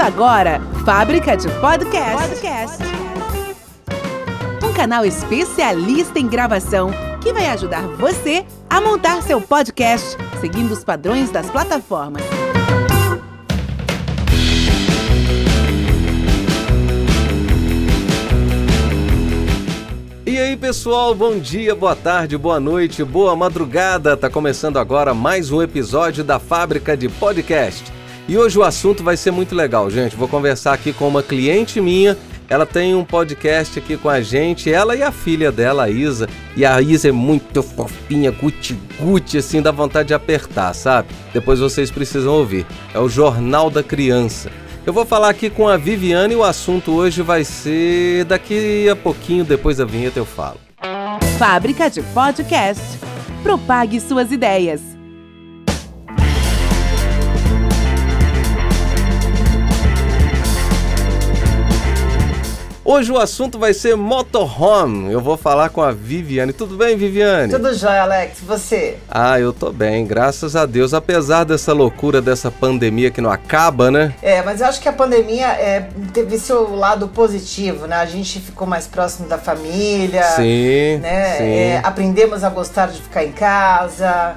Começa agora, Fábrica de Podcast. Um canal especialista em gravação que vai ajudar você a montar seu podcast seguindo os padrões das plataformas. E aí pessoal, bom dia, boa tarde, boa noite, boa madrugada. Tá começando agora mais um episódio da Fábrica de Podcast. E hoje o assunto vai ser muito legal, gente. Vou conversar aqui com uma cliente minha. Ela tem um podcast aqui com a gente, ela e a filha dela, a Isa. E a Isa é muito fofinha, guti-guti, assim, dá vontade de apertar, sabe? Depois vocês precisam ouvir. É o Jornal da Criança. Eu vou falar aqui com a Viviane e o assunto hoje vai ser daqui a pouquinho, depois da vinheta eu falo. Fábrica de Podcast. Propague suas ideias. Hoje o assunto vai ser motorhome. Eu vou falar com a Viviane. Tudo bem, Viviane? Tudo jóia, Alex. E você? Eu tô bem, graças a Deus. Apesar dessa loucura, dessa pandemia que não acaba, né? Mas eu acho que a pandemia teve seu lado positivo, né? A gente ficou mais próximo da família. Sim, né? sim. Aprendemos a gostar de ficar em casa.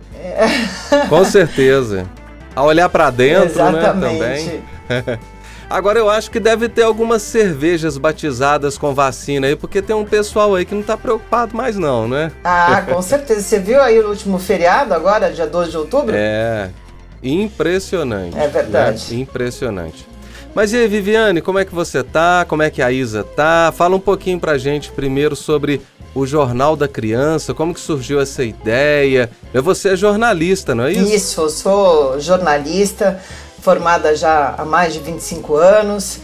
Com certeza. A olhar pra dentro, exatamente, né? Também. Agora eu acho que deve ter algumas cervejas batizadas com vacina aí, porque tem um pessoal aí que não tá preocupado mais não, né? Com certeza. Você viu aí o último feriado agora, dia 12 de outubro? Impressionante. É verdade. Né? Impressionante. Mas e aí, Viviane, como é que você tá? Como é que a Isa tá? Fala um pouquinho pra gente primeiro sobre o Jornal da Criança, como que surgiu essa ideia? Você é jornalista, não é isso? Isso, eu sou jornalista, formada já há mais de 25 anos,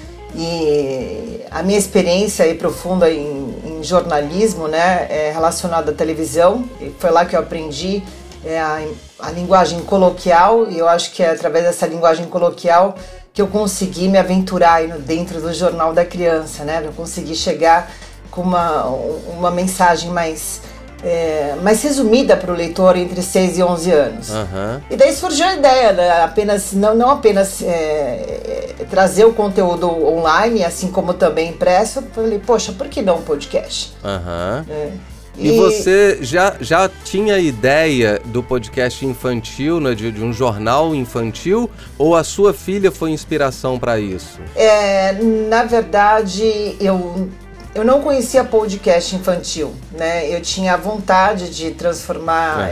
e a minha experiência aí profunda em jornalismo, né, é relacionada à televisão. E foi lá que eu aprendi a linguagem coloquial, e eu acho que é através dessa linguagem coloquial que eu consegui me aventurar aí dentro do Jornal da Criança, né? Eu consegui chegar com uma mensagem mais resumida para o leitor entre 6 e 11 anos. Uhum. E daí surgiu a ideia, né? não apenas trazer o conteúdo online, assim como também impresso. Eu falei, poxa, por que não um podcast? Uhum. E você já tinha ideia do podcast infantil, né, de um jornal infantil, ou a sua filha foi inspiração para isso? Na verdade, eu não conhecia podcast infantil, né? Eu tinha vontade de transformar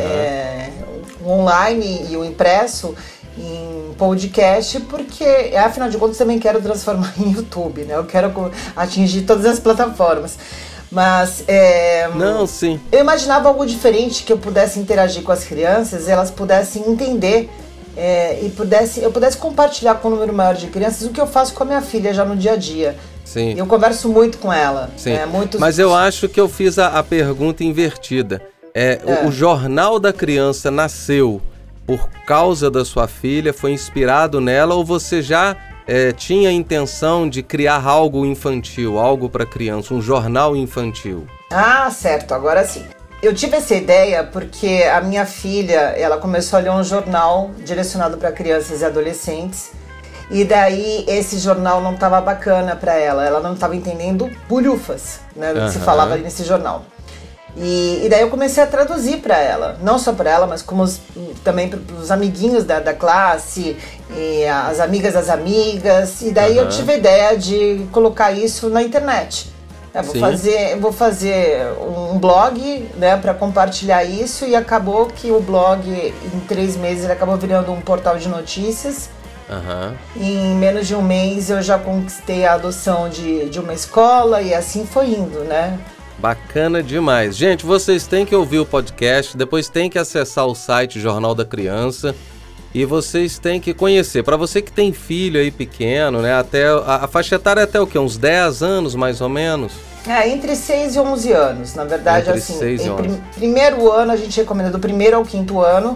o online e o impresso em podcast, porque, afinal de contas, também quero transformar em YouTube, né? Eu quero atingir todas as plataformas. Mas não, sim. Eu imaginava algo diferente, que eu pudesse interagir com as crianças, elas pudessem entender e eu pudesse compartilhar com um número maior de crianças o que eu faço com a minha filha já no dia a dia. Sim. Eu converso muito com ela. Sim. Mas eu acho que eu fiz a pergunta invertida. O Jornal da Criança nasceu por causa da sua filha, foi inspirado nela, ou você já tinha a intenção de criar algo infantil, algo para criança, um jornal infantil? Certo, agora sim. Eu tive essa ideia porque a minha filha, ela começou a ler um jornal direcionado para crianças e adolescentes, e daí esse jornal não estava bacana para ela não estava entendendo bulhufas, né, do que se falava ali nesse jornal. E daí eu comecei a traduzir para ela, não só para ela, mas como também para os amiguinhos da classe, e as amigas das amigas, e daí eu tive a ideia de colocar isso na internet. Vou fazer um blog, né, para compartilhar isso, e acabou que o blog, em 3 meses, ele acabou virando um portal de notícias. E em menos de um mês eu já conquistei a adoção de uma escola, e assim foi indo, né? Bacana demais. Gente, vocês têm que ouvir o podcast, depois tem que acessar o site Jornal da Criança e vocês têm que conhecer. Para você que tem filho aí pequeno, né, até a faixa etária é até o quê? Uns 10 anos, mais ou menos? Entre 6 e 11 anos. Na verdade, entre assim, 6 e 11. Primeiro ano a gente recomenda do 1º ao 5º ano,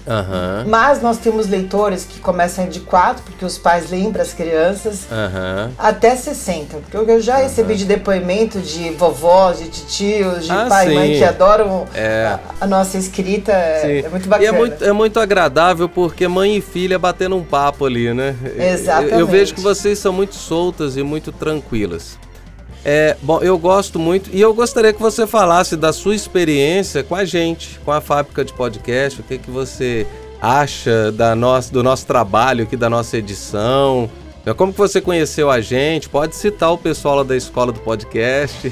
Aham. Mas nós temos leitores que começam de 4, porque os pais leem para as crianças, até 60. Porque eu já recebi de depoimento de vovós, de titios, de pai e mãe que adoram a nossa escrita. É muito bacana. E é muito agradável, porque mãe e filha batendo um papo ali, né? Exatamente. Eu vejo que vocês são muito soltas e muito tranquilas. Bom, eu gosto muito e eu gostaria que você falasse da sua experiência com a gente, com a Fábrica de Podcast, o que você acha do nosso trabalho aqui, da nossa edição, como que você conheceu a gente, pode citar o pessoal lá da Escola do Podcast.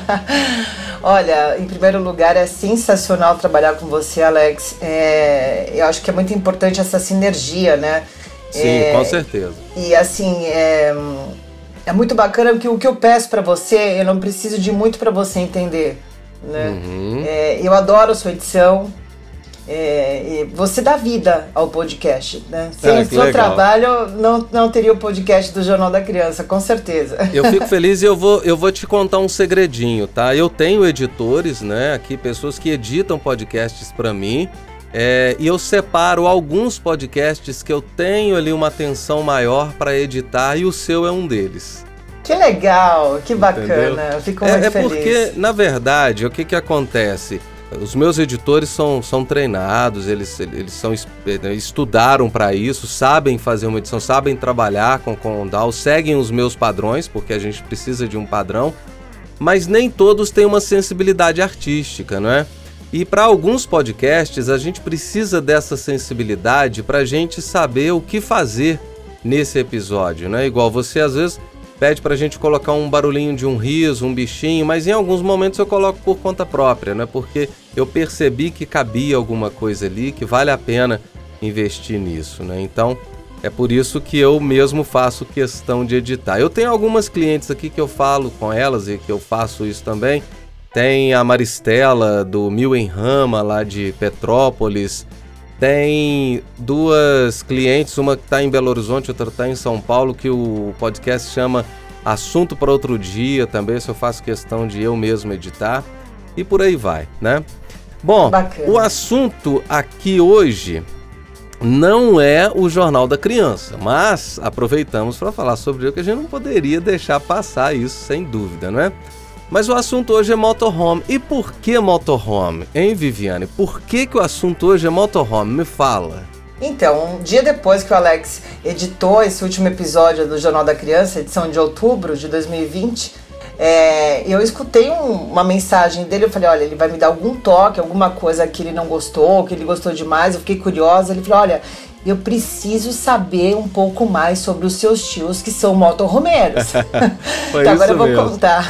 Olha, em primeiro lugar, é sensacional trabalhar com você, Alex, eu acho que é muito importante essa sinergia, né? Sim, com certeza. E assim, é muito bacana porque o que eu peço pra você, eu não preciso de muito pra você entender, né? Eu adoro a sua edição, você dá vida ao podcast, né? Sem o seu trabalho, não teria o podcast do Jornal da Criança, com certeza. Eu fico feliz e eu vou te contar um segredinho, tá? Eu tenho editores, né? Aqui, pessoas que editam podcasts pra mim. E eu separo alguns podcasts que eu tenho ali uma atenção maior para editar e o seu é um deles. Que legal, que bacana, eu fico muito feliz. Porque, na verdade, o que acontece? Os meus editores são treinados, eles estudaram para isso, sabem fazer uma edição, sabem trabalhar com o DAW, seguem os meus padrões, porque a gente precisa de um padrão, mas nem todos têm uma sensibilidade artística, não é? E para alguns podcasts a gente precisa dessa sensibilidade para a gente saber o que fazer nesse episódio, né? Igual você às vezes pede para a gente colocar um barulhinho de um riso, um bichinho, mas em alguns momentos eu coloco por conta própria, né? Porque eu percebi que cabia alguma coisa ali, que vale a pena investir nisso, né? Então é por isso que eu mesmo faço questão de editar. Eu tenho algumas clientes aqui que eu falo com elas e que eu faço isso também. Tem a Maristela, do Mil em Rama, lá de Petrópolis. Tem duas clientes, uma que está em Belo Horizonte, outra está em São Paulo, que o podcast chama Assunto para Outro Dia também, se eu faço questão de eu mesmo editar. E por aí vai, né? Bom, bacana. O assunto aqui hoje não é o Jornal da Criança, mas aproveitamos para falar sobre ele, que a gente não poderia deixar passar isso sem dúvida, não é? Mas o assunto hoje é motorhome. E por que motorhome, hein, Viviane? Por que o assunto hoje é motorhome? Me fala. Então, um dia depois que o Alex editou esse último episódio do Jornal da Criança, edição de outubro de 2020, eu escutei uma mensagem dele. Eu falei, olha, ele vai me dar algum toque, alguma coisa que ele não gostou, que ele gostou demais. Eu fiquei curiosa. Ele falou, olha, eu preciso saber um pouco mais sobre os seus tios que são motorhomeiros. Então agora eu vou contar.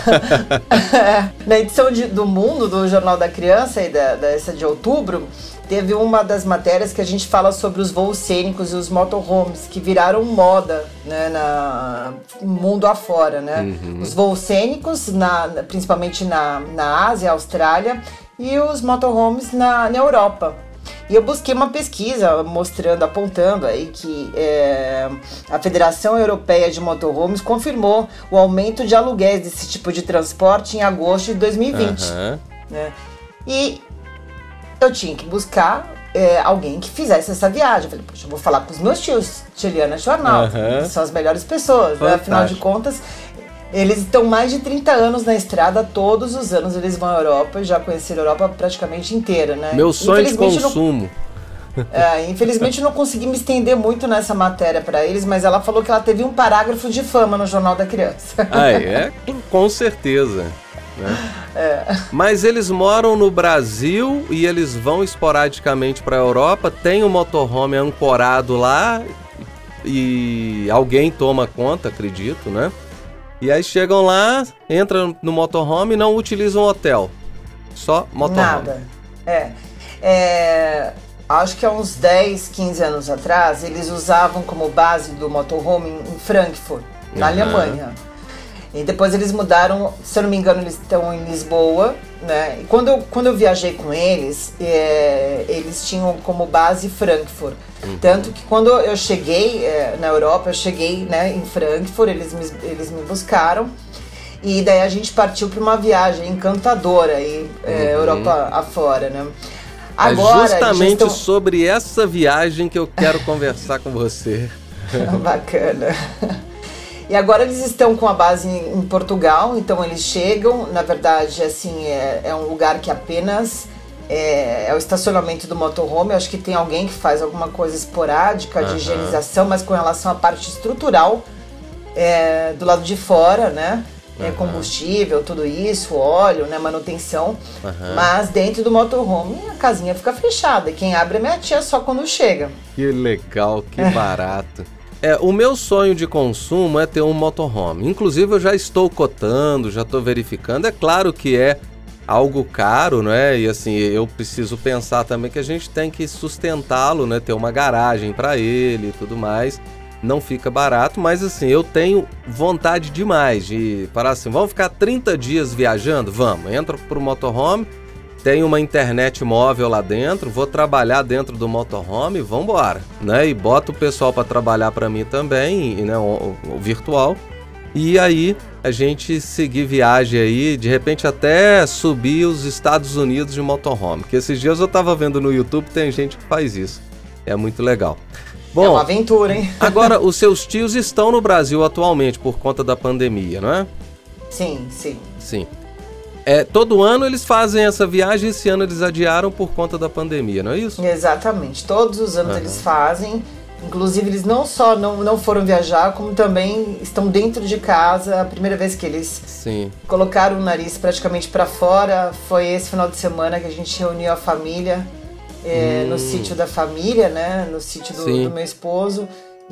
Na edição do Mundo, do Jornal da Criança, e dessa de outubro, teve uma das matérias que a gente fala sobre os voos cênicos e os motorhomes, que viraram moda, né, no mundo afora, né? Os voos cênicos, principalmente na Ásia, Austrália, e os motorhomes na Europa. E eu busquei uma pesquisa apontando aí que a Federação Europeia de Motorhomes confirmou o aumento de aluguéis desse tipo de transporte em agosto de 2020. Né? E eu tinha que buscar alguém que fizesse essa viagem. Eu falei, poxa, eu vou falar com os meus tios, Tiliana e Arnaldo, que são as melhores pessoas, né? Afinal de contas, eles estão mais de 30 anos na estrada, todos os anos eles vão à Europa, já conheceram a Europa praticamente inteira, né? Meu sonho de consumo. Infelizmente não consegui me estender muito nessa matéria para eles, mas ela falou que ela teve um parágrafo de fama no Jornal da Criança. Com certeza. Né? Mas eles moram no Brasil e eles vão esporadicamente para a Europa, tem um motorhome ancorado lá e alguém toma conta, acredito, né? E aí chegam lá, entram no motorhome e não utilizam hotel. Só motorhome. Nada. Acho que há uns 10, 15 anos atrás, eles usavam como base do motorhome em Frankfurt, na Alemanha. E depois eles mudaram, se eu não me engano, eles estão em Lisboa, né? E quando eu viajei com eles, eles tinham como base Frankfurt. Tanto que quando eu cheguei na Europa, eu cheguei, né, em Frankfurt, eles me buscaram. E daí a gente partiu para uma viagem encantadora, Europa afora, né? Agora, é justamente sobre essa viagem que eu quero conversar com você. Bacana. E agora eles estão com a base em Portugal, então eles chegam, na verdade, assim, é um lugar que apenas é o estacionamento do motorhome. Eu acho que tem alguém que faz alguma coisa esporádica de higienização, mas com relação à parte estrutural, do lado de fora, né? Combustível, tudo isso, óleo, né? Manutenção. Mas dentro do motorhome a casinha fica fechada. E quem abre é minha tia só quando chega. Que legal, que barato. O meu sonho de consumo é ter um motorhome. Inclusive eu já estou cotando, já estou verificando. É claro que é algo caro, né? E assim, eu preciso pensar também que a gente tem que sustentá-lo, né? Ter uma garagem para ele e tudo mais. Não fica barato, mas assim, eu tenho vontade demais de parar assim, vamos ficar 30 dias viajando? Vamos, entra pro motorhome, tem uma internet móvel lá dentro, vou trabalhar dentro do motorhome, vambora, né? E bota o pessoal para trabalhar para mim também, né? O virtual. E aí a gente seguir viagem aí, de repente até subir os Estados Unidos de motorhome, que esses dias eu tava vendo no YouTube, tem gente que faz isso, é muito legal. Bom, é uma aventura, hein? Agora, os seus tios estão no Brasil atualmente por conta da pandemia, não é? Sim. Sim. Todo ano eles fazem essa viagem, esse ano eles adiaram por conta da pandemia, não é isso? Exatamente, todos os anos eles fazem. Inclusive eles não só não foram viajar, como também estão dentro de casa. A primeira vez que eles colocaram o nariz praticamente para fora foi esse final de semana que a gente reuniu a família no sítio da família, né? No sítio do meu esposo.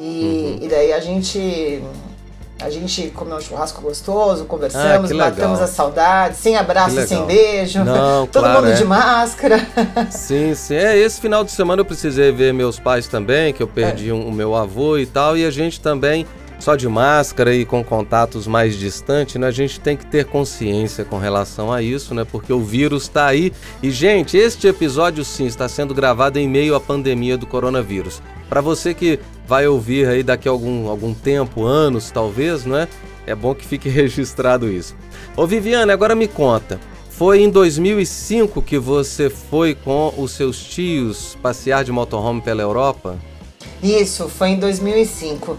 E daí a gente comeu um churrasco gostoso, conversamos, matamos a saudade, sem abraço, sem beijo. Não, todo claro, mundo de máscara. Sim. Esse final de semana eu precisei ver meus pais também, que eu perdi o meu avô e tal, e a gente também, só de máscara e com contatos mais distantes, né? A gente tem que ter consciência com relação a isso, né? Porque o vírus está aí. E, gente, este episódio, sim, está sendo gravado em meio à pandemia do coronavírus. Para você que vai ouvir aí daqui a algum tempo, anos talvez, não é? É bom que fique registrado isso. Ô Viviane, agora me conta, foi em 2005 que você foi com os seus tios passear de motorhome pela Europa? Isso, foi em 2005.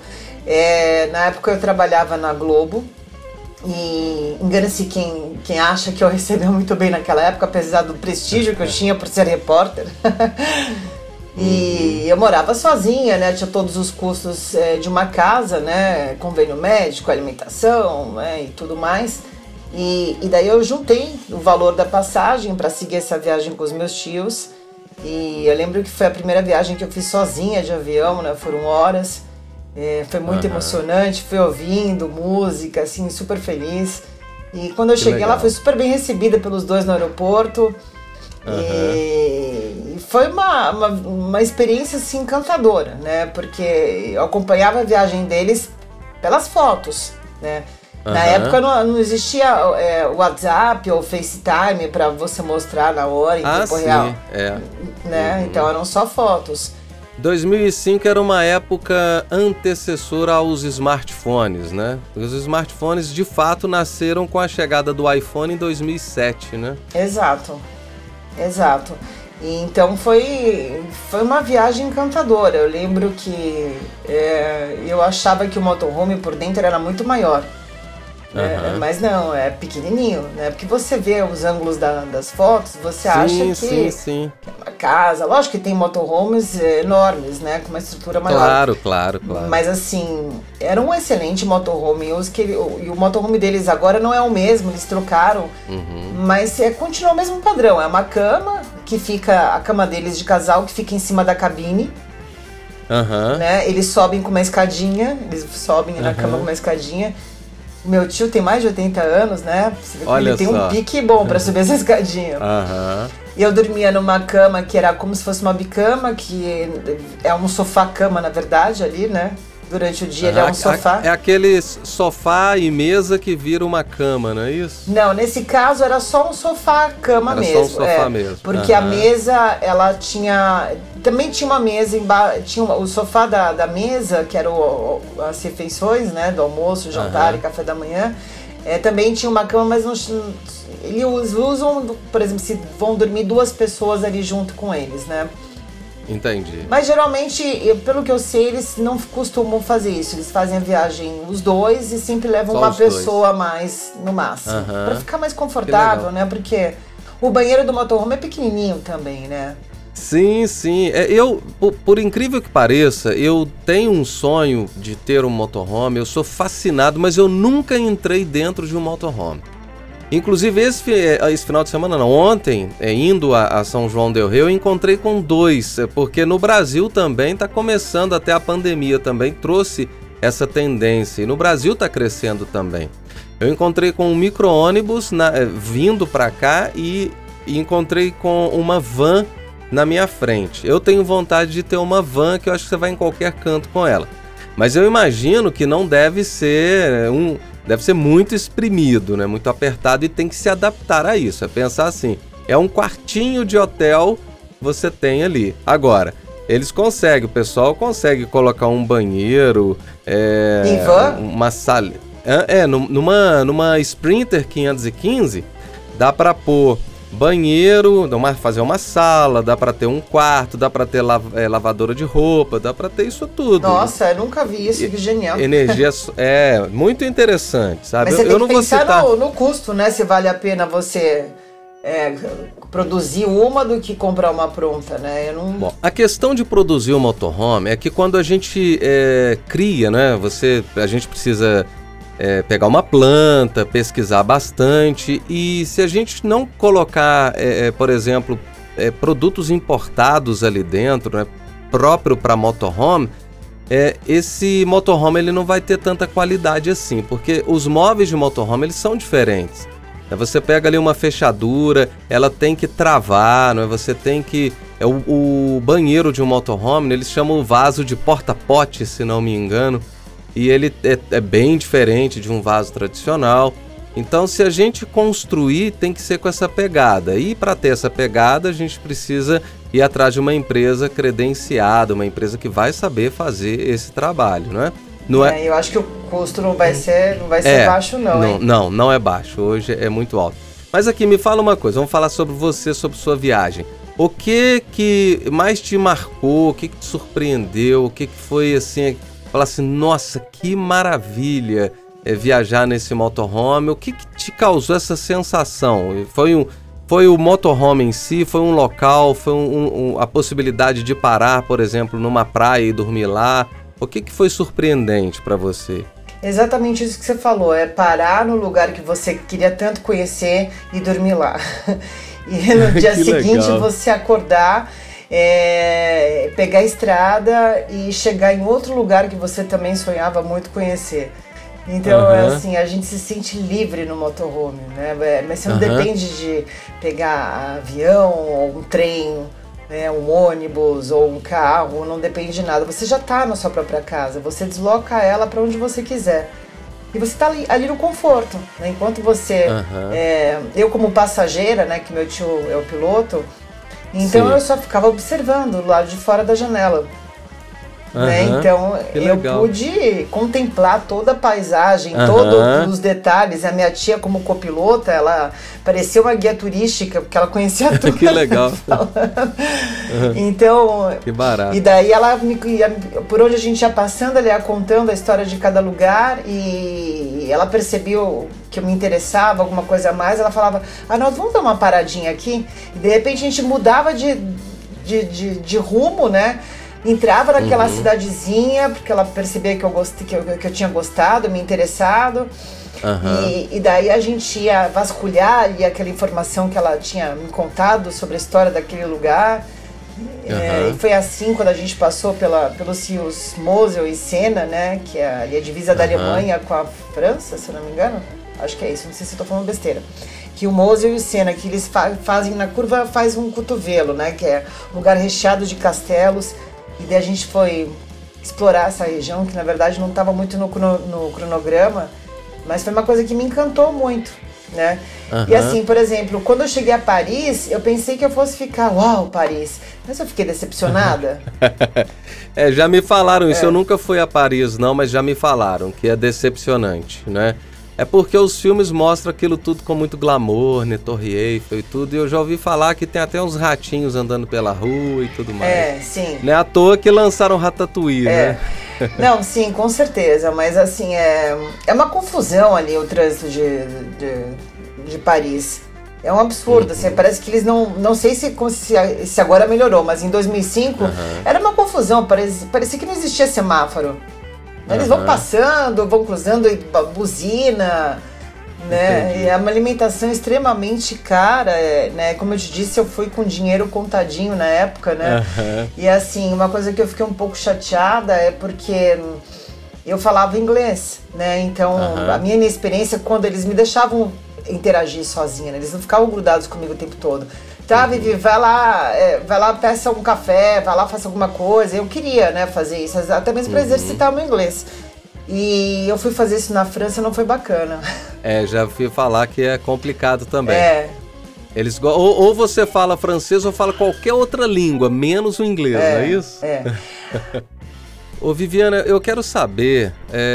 Na época eu trabalhava na Globo e engana-se quem acha que eu recebeu muito bem naquela época, apesar do prestígio que eu tinha por ser repórter. E eu morava sozinha, né? Tinha todos os custos de uma casa, né? Convênio médico, alimentação, né? E tudo mais. E daí eu juntei o valor da passagem para seguir essa viagem com os meus tios. E eu lembro que foi a primeira viagem que eu fiz sozinha de avião, né? Foram horas. Foi muito emocionante, fui ouvindo música, assim, super feliz. E quando eu cheguei lá, fui super bem recebida pelos dois no aeroporto. E foi uma experiência, assim, encantadora, né? Porque eu acompanhava a viagem deles pelas fotos, né? Na época não existia o WhatsApp ou FaceTime para você mostrar na hora, em tempo real. Né? Então eram só fotos. 2005 era uma época antecessora aos smartphones, né? Os smartphones de fato nasceram com a chegada do iPhone em 2007, né? Exato. E então foi uma viagem encantadora. Eu lembro que eu achava que o motorhome por dentro era muito maior. Mas não, é pequenininho, né? Porque você vê os ângulos das fotos, você acha que é uma casa. Lógico que tem motorhomes enormes, né? Com uma estrutura maior. Claro. Mas assim, era um excelente motorhome. E o motorhome deles agora não é o mesmo, eles trocaram. Mas continua o mesmo padrão. É uma cama, que fica a cama deles de casal, que fica em cima da cabine. Né? Eles sobem com uma escadinha, na cama com uma escadinha. Meu tio tem mais de 80 anos, né? Ele tem um pique bom pra subir essa escadinha. E eu dormia numa cama que era como se fosse uma bicama, que é um sofá-cama, na verdade, ali, né? Durante o dia ele é um sofá. É aquele sofá e mesa que vira uma cama, não é isso? Não, nesse caso era só um sofá-cama mesmo. Era só um sofá mesmo. Porque a mesa, ela tinha... Também tinha uma mesa embaixo, tinha o sofá da mesa, que era as refeições, né? Do almoço, jantar e café da manhã. Também tinha uma cama, mas eles usam, por exemplo, se vão dormir 2 pessoas ali junto com eles, né? Entendi. Mas geralmente, pelo que eu sei, eles não costumam fazer isso. Eles fazem a viagem os 2 e sempre levam só uma os pessoa a mais no máximo. Pra ficar mais confortável, né? Porque o banheiro do motorhome é pequenininho também, né? Sim, sim. Por incrível que pareça, eu tenho um sonho de ter um motorhome, eu sou fascinado, mas eu nunca entrei dentro de um motorhome. Inclusive, esse final de semana, não, ontem, indo a São João del Rei, eu encontrei com 2, porque no Brasil também está começando, até a pandemia também trouxe essa tendência, e no Brasil está crescendo também. Eu encontrei com um micro-ônibus vindo para cá e encontrei com uma van na minha frente. Eu tenho vontade de ter uma van que eu acho que você vai em qualquer canto com ela. Mas eu imagino que não deve ser deve ser muito exprimido, né? Muito apertado, e tem que se adaptar a isso. É pensar assim, é um quartinho de hotel você tem ali. Agora, eles conseguem, o pessoal consegue colocar um banheiro, em van? uma sala. Numa Sprinter 515, dá para pôr banheiro, fazer uma sala, dá pra ter um quarto, dá pra ter lavadora de roupa, dá pra ter isso tudo. Nossa, eu nunca vi isso, que genial. Energia muito interessante, sabe? Mas você tem que pensar no custo, né? Se vale a pena você produzir uma do que comprar uma pronta, né? Bom, a questão de produzir um motorhome é que quando a gente cria, né? A gente precisa pegar uma planta, pesquisar bastante, e se a gente não colocar, por exemplo, produtos importados ali dentro, né, próprio para motorhome, esse motorhome ele não vai ter tanta qualidade assim, porque os móveis de motorhome eles são diferentes. Você pega ali uma fechadura, ela tem que travar, não é? Você tem que... o banheiro de um motorhome, eles chamam o vaso de porta-pote, se não me engano, e ele é bem diferente de um vaso tradicional. Então, se a gente construir, tem que ser com essa pegada. E para ter essa pegada, a gente precisa ir atrás de uma empresa credenciada, uma empresa que vai saber fazer esse trabalho, não é? Eu acho que o custo não vai ser baixo, não. Não é baixo. Hoje é muito alto. Mas aqui, me fala uma coisa. Vamos falar sobre você, sobre sua viagem. O que mais te marcou? O que te surpreendeu? O que foi assim... Falar assim, nossa, que maravilha viajar nesse motorhome. O que te causou essa sensação? Foi o motorhome em si? Foi um local? Foi a possibilidade de parar, por exemplo, numa praia e dormir lá? O que foi surpreendente para você? Exatamente isso que você falou, parar no lugar que você queria tanto conhecer e dormir lá. E no dia seguinte legal. Você acordar... pegar a estrada e chegar em outro lugar que você também sonhava muito conhecer. Então, assim, a gente se sente livre no motorhome, né? Mas você não depende de pegar avião ou um trem, né? Um ônibus ou um carro, não depende de nada. Você já está na sua própria casa, você desloca ela para onde você quiser. E você está ali no conforto, né? Enquanto você... eu como passageira, né? Que meu tio é o piloto, então eu só ficava observando do lado de fora da janela. Né? Então eu pude contemplar toda a paisagem, todos os detalhes. A minha tia, como copilota, ela parecia uma guia turística, porque ela conhecia tudo. Que legal. Então, que barato. E daí ela, por onde a gente ia passando, ela ia contando a história de cada lugar, e ela percebeu que eu me interessava, alguma coisa a mais. Ela falava, nós vamos dar uma paradinha aqui. E de repente a gente mudava de rumo, né? Entrava naquela cidadezinha, porque ela percebia que eu tinha gostado, me interessado. E daí a gente ia vasculhar e aquela informação que ela tinha me contado sobre a história daquele lugar. E foi assim quando a gente passou pelos rios Mosel e Sena, né? Que é ali a divisa da Alemanha com a França, se eu não me engano. Acho que é isso, não sei se eu tô falando besteira. Que o Mosel e o Sena, que eles fazem na curva, faz um cotovelo, né? Que é um lugar recheado de castelos. E daí a gente foi explorar essa região, que na verdade não estava muito no cronograma, mas foi uma coisa que me encantou muito, né? E assim, por exemplo, quando eu cheguei a Paris, eu pensei que eu fosse ficar, uau, Paris, mas eu fiquei decepcionada. Já me falaram isso, eu nunca fui a Paris não, mas já me falaram que é decepcionante, né? É porque os filmes mostram aquilo tudo com muito glamour, né? Torre Eiffel e tudo. E eu já ouvi falar que tem até uns ratinhos andando pela rua e tudo mais. Sim. Não é à toa que lançaram Ratatouille, né? Não, sim, com certeza. Mas assim, é uma confusão ali o trânsito de Paris. É um absurdo, assim, parece que eles não sei se agora melhorou, mas em 2005 era uma confusão, parecia que não existia semáforo. Eles vão passando, vão cruzando, buzina, né? Entendi. E é uma alimentação extremamente cara, né? Como eu te disse, eu fui com dinheiro contadinho na época, né? E assim, uma coisa que eu fiquei um pouco chateada é porque eu falava inglês, né? Então, a minha inexperiência, quando eles me deixavam interagir sozinha, né? Eles não ficavam grudados comigo o tempo todo. Tá, Vivi, vai lá, peça um café, vai lá, faça alguma coisa. Eu queria, né, fazer isso, até mesmo para exercitar o meu inglês. E eu fui fazer isso na França e não foi bacana. Já vi falar que é complicado também. Eles ou você fala francês ou fala qualquer outra língua, menos o inglês, não é isso? Ô Viviana, eu quero saber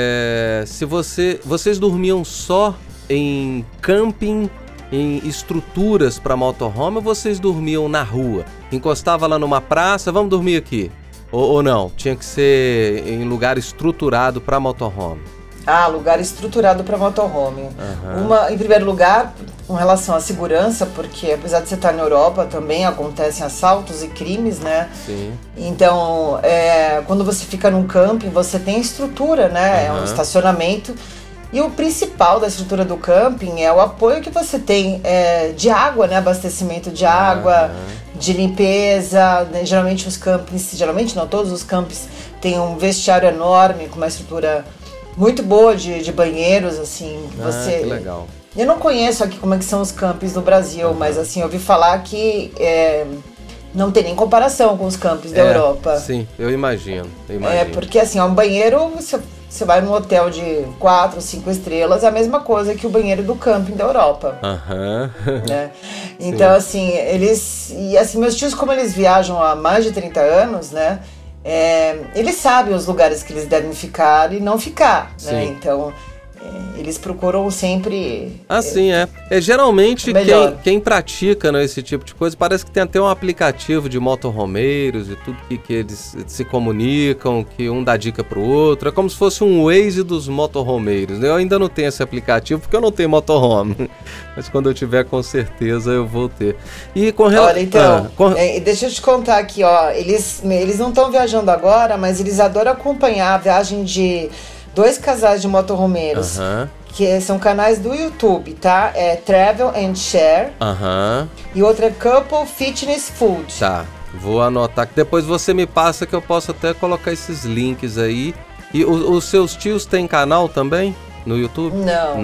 se vocês dormiam só em camping, em estruturas para motorhome, ou vocês dormiam na rua? Encostava lá numa praça, vamos dormir aqui? Ou não? Tinha que ser em lugar estruturado para motorhome? Lugar estruturado para motorhome. Em primeiro lugar, com relação à segurança, porque apesar de você estar na Europa, também acontecem assaltos e crimes, né? Sim. Então, quando você fica num camping, você tem estrutura, né? É um estacionamento. E o principal da estrutura do camping é o apoio que você tem de água, né? Abastecimento de água, de limpeza, né? Geralmente não, todos os campings têm um vestiário enorme, com uma estrutura muito boa de banheiros, assim. Que legal. Eu não conheço aqui como é que são os campings no Brasil, mas assim, eu ouvi falar que não tem nem comparação com os campings da Europa. Sim, eu imagino. Porque assim, um banheiro, você vai num hotel de 4, 5 estrelas, é a mesma coisa que o banheiro do camping da Europa. Né? Então, assim, meus tios, como eles viajam há mais de 30 anos, né? Eles sabem os lugares que eles devem ficar e não ficar, né? Então, eles procuram sempre... Geralmente quem pratica, né, esse tipo de coisa, parece que tem até um aplicativo de motorhomeiros e tudo que eles se comunicam, que um dá dica pro outro. É como se fosse um Waze dos motorhomeiros, né? Eu ainda não tenho esse aplicativo porque eu não tenho motorhome. Mas quando eu tiver, com certeza eu vou ter. E com relação... Olha, então, deixa eu te contar aqui, ó. Eles não estão viajando agora, mas eles adoram acompanhar a viagem de 2 casais de motorhomeiros, que são canais do YouTube, tá? É Travel and Share, e outra é Couple Fitness Food. Tá, vou anotar, que depois você me passa que eu posso até colocar esses links aí. E os seus tios têm canal também no YouTube?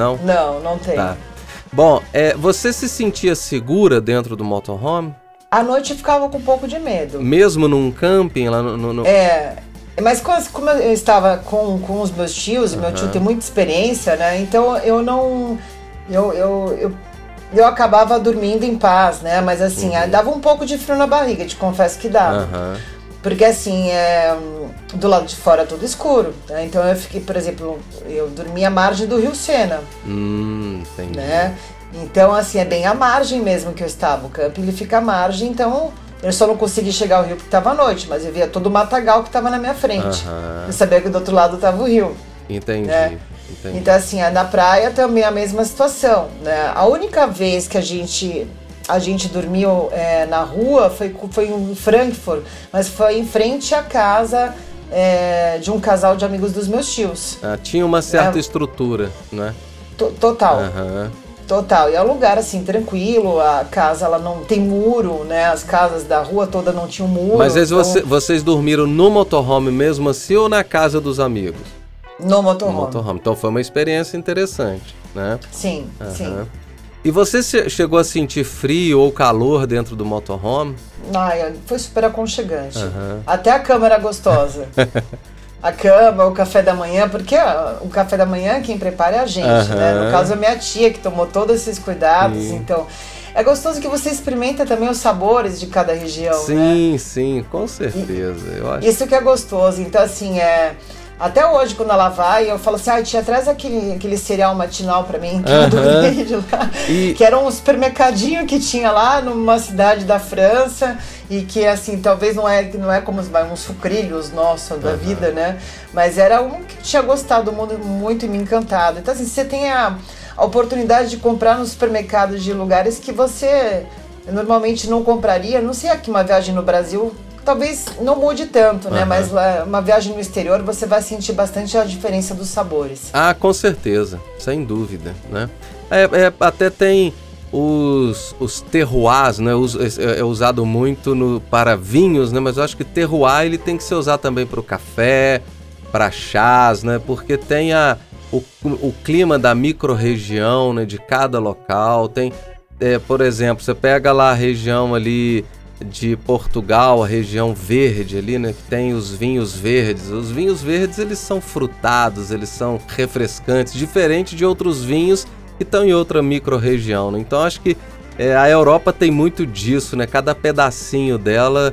Não tem. Tá. Bom, você se sentia segura dentro do motorhome? À noite eu ficava com um pouco de medo. Mesmo num camping lá no... Mas como eu estava com os meus tios, meu tio tem muita experiência, né? Então eu não... Eu acabava dormindo em paz, né? Mas assim, dava um pouco de frio na barriga, te confesso que dava. Porque assim, do lado de fora é tudo escuro, né? Então eu fiquei, por exemplo, eu dormi à margem do Rio Sena. Entendi. Né? Então assim, é bem à margem mesmo que eu estava. O camping ele fica à margem, então... Eu só não consegui chegar ao rio porque estava à noite, mas eu via todo o matagal que estava na minha frente. Eu sabia que do outro lado estava o rio. Entendi. Então, assim, na praia também é a mesma situação, né? A única vez que a gente dormiu na rua foi em Frankfurt, mas foi em frente à casa de um casal de amigos dos meus tios. Tinha uma certa estrutura, né? Total. Total, e é um lugar assim, tranquilo, a casa ela não tem muro, né? As casas da rua toda não tinham muro. Mas vocês dormiram no motorhome mesmo assim ou na casa dos amigos? No motorhome. No motorhome. Então foi uma experiência interessante, né? Sim, sim. E você chegou a sentir frio ou calor dentro do motorhome? Foi super aconchegante. Até a cama era gostosa. A cama, o café da manhã, porque o café da manhã quem prepara é a gente, né? No caso, a minha tia que tomou todos esses cuidados, então... É gostoso que você experimenta também os sabores de cada região, né? Sim, com certeza. Eu acho. Isso que é gostoso. Então, assim, Até hoje, quando ela vai, eu falo assim, tia, traz aquele cereal matinal pra mim, que eu adorei de lá. Que era um supermercadinho que tinha lá numa cidade da França, e que, assim, talvez não é como uns sucrilhos nossos da vida, né? Mas era um que eu tinha gostado muito e me encantado. Então, assim, você tem a oportunidade de comprar nos supermercados de lugares que você normalmente não compraria. Não sei aqui, uma viagem no Brasil talvez não mude tanto, né? Mas uma viagem no exterior você vai sentir bastante a diferença dos sabores. Ah, com certeza, sem dúvida, né? Até tem os terroirs, né? É usado muito para vinhos, né? Mas eu acho que terroir ele tem que ser usado também para o café, para chás, né? Porque tem o clima da micro-região, né? De cada local. Tem, por exemplo, você pega lá a região ali de Portugal, a região verde ali, né, que tem os vinhos verdes. Os vinhos verdes, eles são frutados, eles são refrescantes, diferente de outros vinhos que estão em outra micro-região, né? Então, acho que a Europa tem muito disso, né? Cada pedacinho dela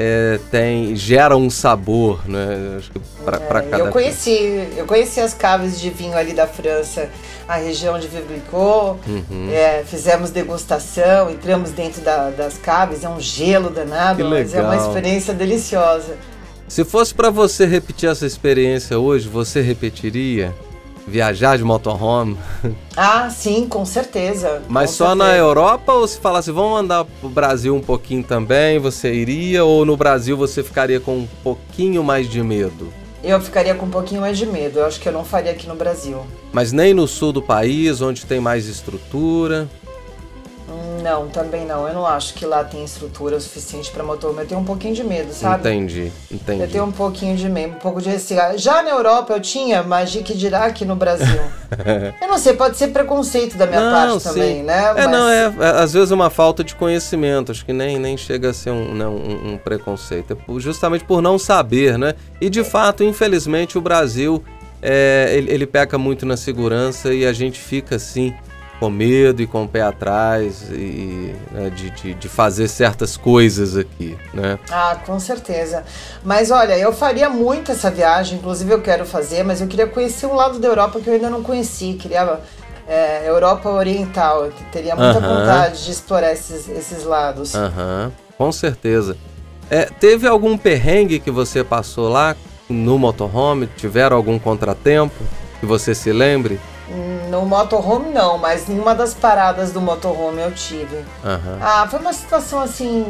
gera um sabor, né? Acho que para cada... Eu conheci as caves de vinho ali da França, a região de Vibricot, fizemos degustação, entramos dentro das caves, é um gelo danado, mas é uma experiência deliciosa. Se fosse para você repetir essa experiência hoje, você repetiria? Viajar de motorhome? Ah, sim, com certeza. Mas só na Europa, ou se falasse, vamos andar pro Brasil um pouquinho também, você iria? Ou no Brasil você ficaria com um pouquinho mais de medo? Eu ficaria com um pouquinho mais de medo, eu acho que eu não faria aqui no Brasil. Mas nem no sul do país, onde tem mais estrutura? Não, também não. Eu não acho que lá tem estrutura suficiente para motorhome. Eu tenho um pouquinho de medo, sabe? Entendi. Eu tenho um pouquinho de medo, um pouco de receio. Já na Europa eu tinha, mas de que dirá aqui no Brasil? Eu não sei, pode ser preconceito da minha parte também, né? Às vezes uma falta de conhecimento. Acho que nem chega a ser um preconceito. Justamente por não saber, né? E de fato, infelizmente, o Brasil, ele peca muito na segurança e a gente fica assim, com medo e com o pé atrás né, de fazer certas coisas aqui, né? Ah, com certeza. Mas olha, eu faria muito essa viagem, inclusive eu quero fazer, mas eu queria conhecer um lado da Europa que eu ainda não conheci, queria Europa Oriental, eu teria muita vontade de explorar esses lados. Com certeza. Teve algum perrengue que você passou lá no motorhome? Tiveram algum contratempo que você se lembre? No motorhome não, mas em uma das paradas do motorhome eu tive. Foi uma situação assim,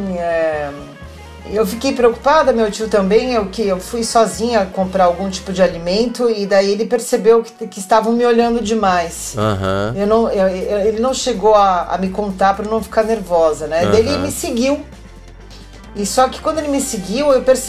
eu fiquei preocupada, meu tio também, eu fui sozinha comprar algum tipo de alimento e daí ele percebeu que estavam me olhando demais. Ele não chegou a me contar para não ficar nervosa, né? Daí ele me seguiu. E só que quando ele me seguiu,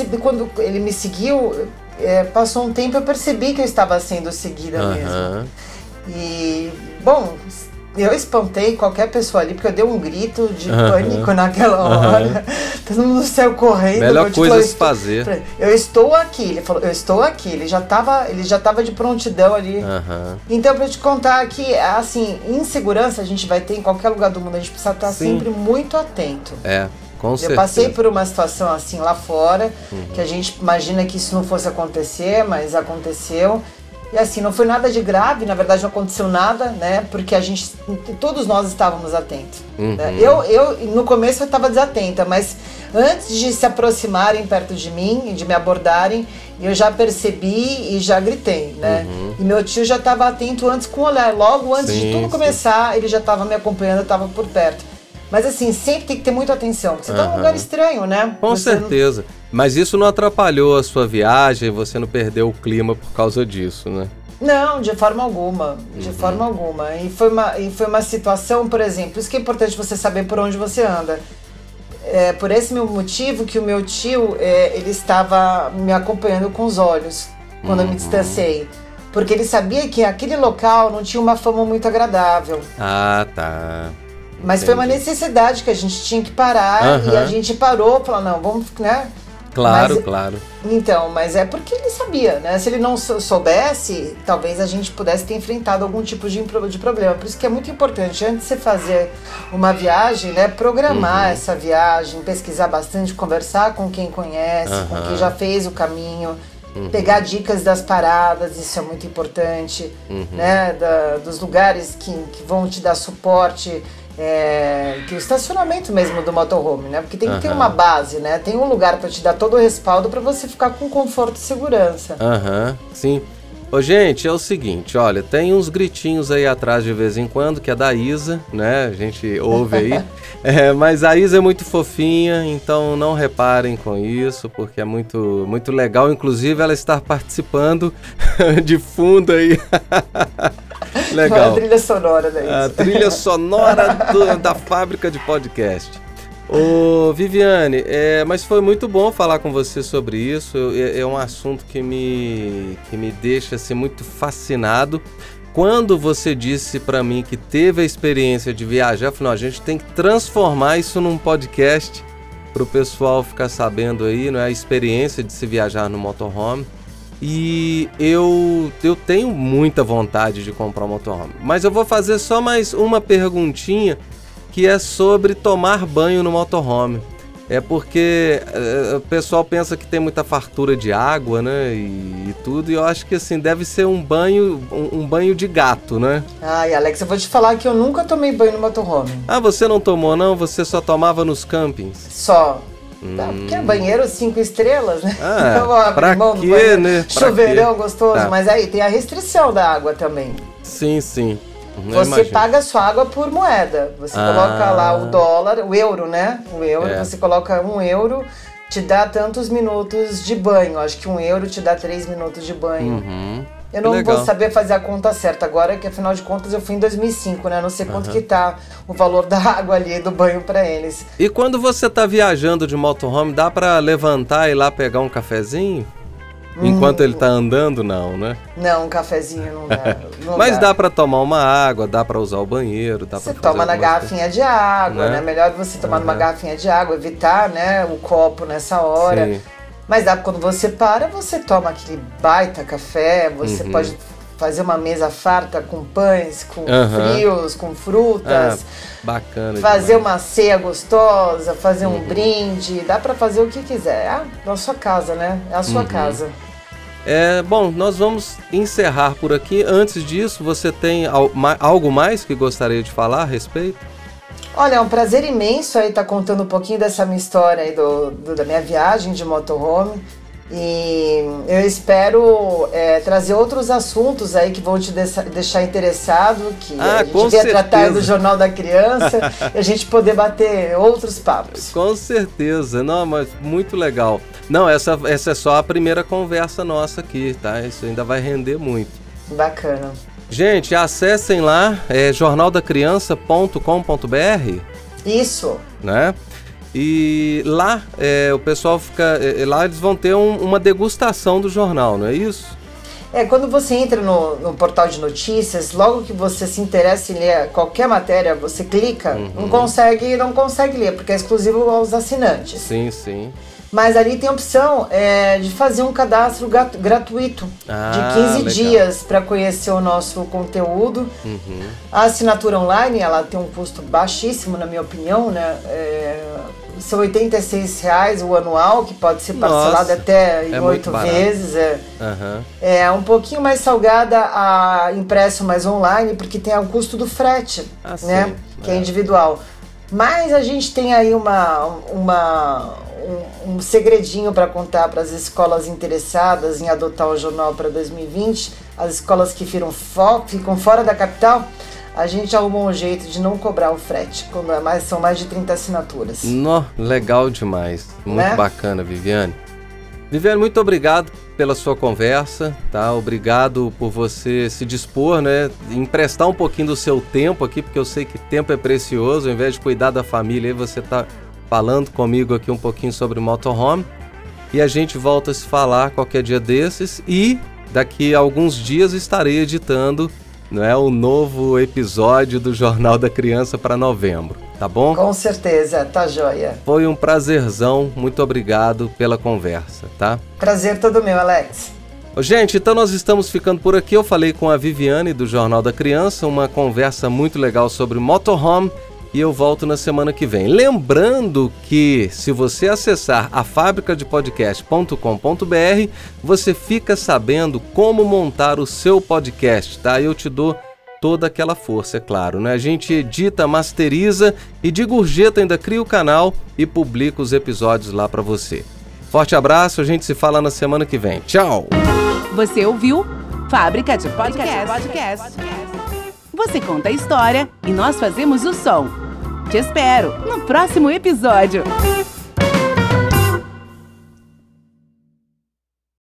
passou um tempo, eu percebi que eu estava sendo seguida mesmo. E, bom, eu espantei qualquer pessoa ali, porque eu dei um grito de pânico naquela hora. Todo mundo saiu correndo. Melhor coisa a se fazer. Eu estou aqui. Ele falou, eu estou aqui. Ele já tava de prontidão ali. Então, pra te contar que, assim, insegurança a gente vai ter em qualquer lugar do mundo. A gente precisa estar sempre muito atento. Com certeza. Eu passei por uma situação assim lá fora, que a gente imagina que isso não fosse acontecer, mas aconteceu. E assim, não foi nada de grave, na verdade não aconteceu nada, né? Porque todos nós estávamos atentos. Né? Eu, no começo eu estava desatenta, mas antes de se aproximarem perto de mim e de me abordarem, eu já percebi e já gritei, né? E meu tio já estava atento antes com o olhar, logo antes de tudo começar, ele já estava me acompanhando, estava por perto. Mas assim, sempre tem que ter muita atenção, porque você está num lugar estranho, né? Com certeza. Mas isso não atrapalhou a sua viagem, você não perdeu o clima por causa disso, né? Não, de forma alguma, de forma alguma. E foi uma situação, por exemplo, isso que é importante você saber por onde você anda. Por esse meu motivo que o meu tio, ele estava me acompanhando com os olhos, quando eu me distanciei. Porque ele sabia que aquele local não tinha uma fama muito agradável. Ah, tá. Mas foi uma necessidade que a gente tinha que parar e a gente parou, falou, não, vamos, né? Claro. Então, mas é porque ele sabia, né? Se ele não soubesse, talvez a gente pudesse ter enfrentado algum tipo de problema. Por isso que é muito importante, antes de você fazer uma viagem, né? Programar essa viagem, pesquisar bastante, conversar com quem conhece, com quem já fez o caminho. Pegar dicas das paradas, isso é muito importante, né? Dos lugares que vão te dar suporte, que o estacionamento mesmo do motorhome, né? Porque tem que ter uma base, né? Tem um lugar para te dar todo o respaldo para você ficar com conforto e segurança. Sim. Ô, gente, é o seguinte, olha, tem uns gritinhos aí atrás de vez em quando, que é da Isa, né? A gente ouve aí. Mas a Isa é muito fofinha, então não reparem com isso, porque é muito, muito legal. Inclusive, ela está participando de fundo aí. Legal. A trilha sonora da Isa. A trilha sonora da fábrica de podcast. Ô, Viviane, mas foi muito bom falar com você sobre isso. É um assunto que me deixa assim, muito fascinado. Quando você disse pra mim que teve a experiência de viajar, eu falei, não, a gente tem que transformar isso num podcast pro pessoal ficar sabendo aí, não é, a experiência de se viajar no motorhome. E eu tenho muita vontade de comprar um motorhome. Mas eu vou fazer só mais uma perguntinha, que é sobre tomar banho no motorhome. É porque o pessoal pensa que tem muita fartura de água, né, e tudo, e eu acho que assim, deve ser um banho de gato, né? Ai, Alex, eu vou te falar que eu nunca tomei banho no motorhome. Ah, você não tomou não? Você só tomava nos campings? Só. Porque é banheiro 5 estrelas, né? Pra quê, né? Chuveirão gostoso, mas aí tem a restrição da água também. Sim. Você paga a sua água por moeda. Você coloca lá o dólar, o euro, né? O euro, você coloca 1 euro, te dá tantos minutos de banho. Acho que 1 euro te dá 3 minutos de banho. Eu não vou saber fazer a conta certa agora, que afinal de contas eu fui em 2005, né? Não sei quanto que tá o valor da água ali, do banho pra eles. E quando você tá viajando de motorhome, dá pra levantar e ir lá pegar um cafezinho? Enquanto ele tá andando, não, né? Não, um cafezinho não dá. Mas dá pra tomar uma água, dá pra usar o banheiro, dá pra fazer toma na garrafinha de água, né? Melhor você tomar numa garrafinha de água, evitar, né, o copo nessa hora. Sim. Mas dá, quando você para, você toma aquele baita café, você pode fazer uma mesa farta com pães, com frios, com frutas. Bacana. Fazer uma ceia gostosa, fazer um brinde, dá pra fazer o que quiser. Na sua casa, né? É a sua casa. Bom, nós vamos encerrar por aqui. Antes disso, você tem algo mais que gostaria de falar a respeito? Olha, é um prazer imenso aí estar contando um pouquinho dessa minha história aí da minha viagem de motorhome. E eu espero trazer outros assuntos aí que vão te deixar interessado, que a gente devia tratar do Jornal da Criança e a gente poder bater outros papos. Com certeza, não, mas muito legal. Não, essa é só a primeira conversa nossa aqui, tá? Isso ainda vai render muito. Bacana. Gente, acessem lá, jornaldacriança.com.br. Isso. Né? E lá o pessoal fica. Lá eles vão ter uma degustação do jornal, não é isso? Quando você entra no portal de notícias, logo que você se interessa em ler qualquer matéria, você clica, não consegue ler, porque é exclusivo aos assinantes. Sim. Mas ali tem a opção de fazer um cadastro gratuito de 15 legal. dias para conhecer o nosso conteúdo. A assinatura online, ela tem um custo baixíssimo, na minha opinião, né? São R$86 o anual, que pode ser parcelado até em 8 vezes. É um pouquinho mais salgada a impresso mais online, porque tem o custo do frete, né? Sim, que é individual. Mas a gente tem aí um segredinho para contar para as escolas interessadas em adotar o jornal para 2020, as escolas que ficam fora da capital. A gente arrumou um jeito de não cobrar o frete, quando são mais de 30 assinaturas. Legal demais, muito bacana, Viviane. Viviane, muito obrigado pela sua conversa, tá? Obrigado por você se dispor, né? Emprestar um pouquinho do seu tempo aqui, porque eu sei que tempo é precioso. Ao invés de cuidar da família, aí você tá falando comigo aqui um pouquinho sobre motorhome. E a gente volta a se falar qualquer dia desses. E daqui a alguns dias estarei editando, o novo episódio do Jornal da Criança para novembro, tá bom? Com certeza, tá joia. Foi um prazerzão, muito obrigado pela conversa, tá? Prazer todo meu, Alex. Gente, então nós estamos ficando por aqui. Eu falei com a Viviane do Jornal da Criança, uma conversa muito legal sobre motorhome. e eu volto na semana que vem. Lembrando que se você acessar afabricadepodcast.com.br, você fica sabendo como montar o seu podcast, tá? Eu te dou toda aquela força, é claro, né? A gente edita, masteriza e de gorjeta ainda cria o canal e publica os episódios lá para você. Forte abraço, a gente se fala na semana que vem. Tchau! Você ouviu Fábrica de Podcast. Você conta a história e nós fazemos o som. Te espero no próximo episódio.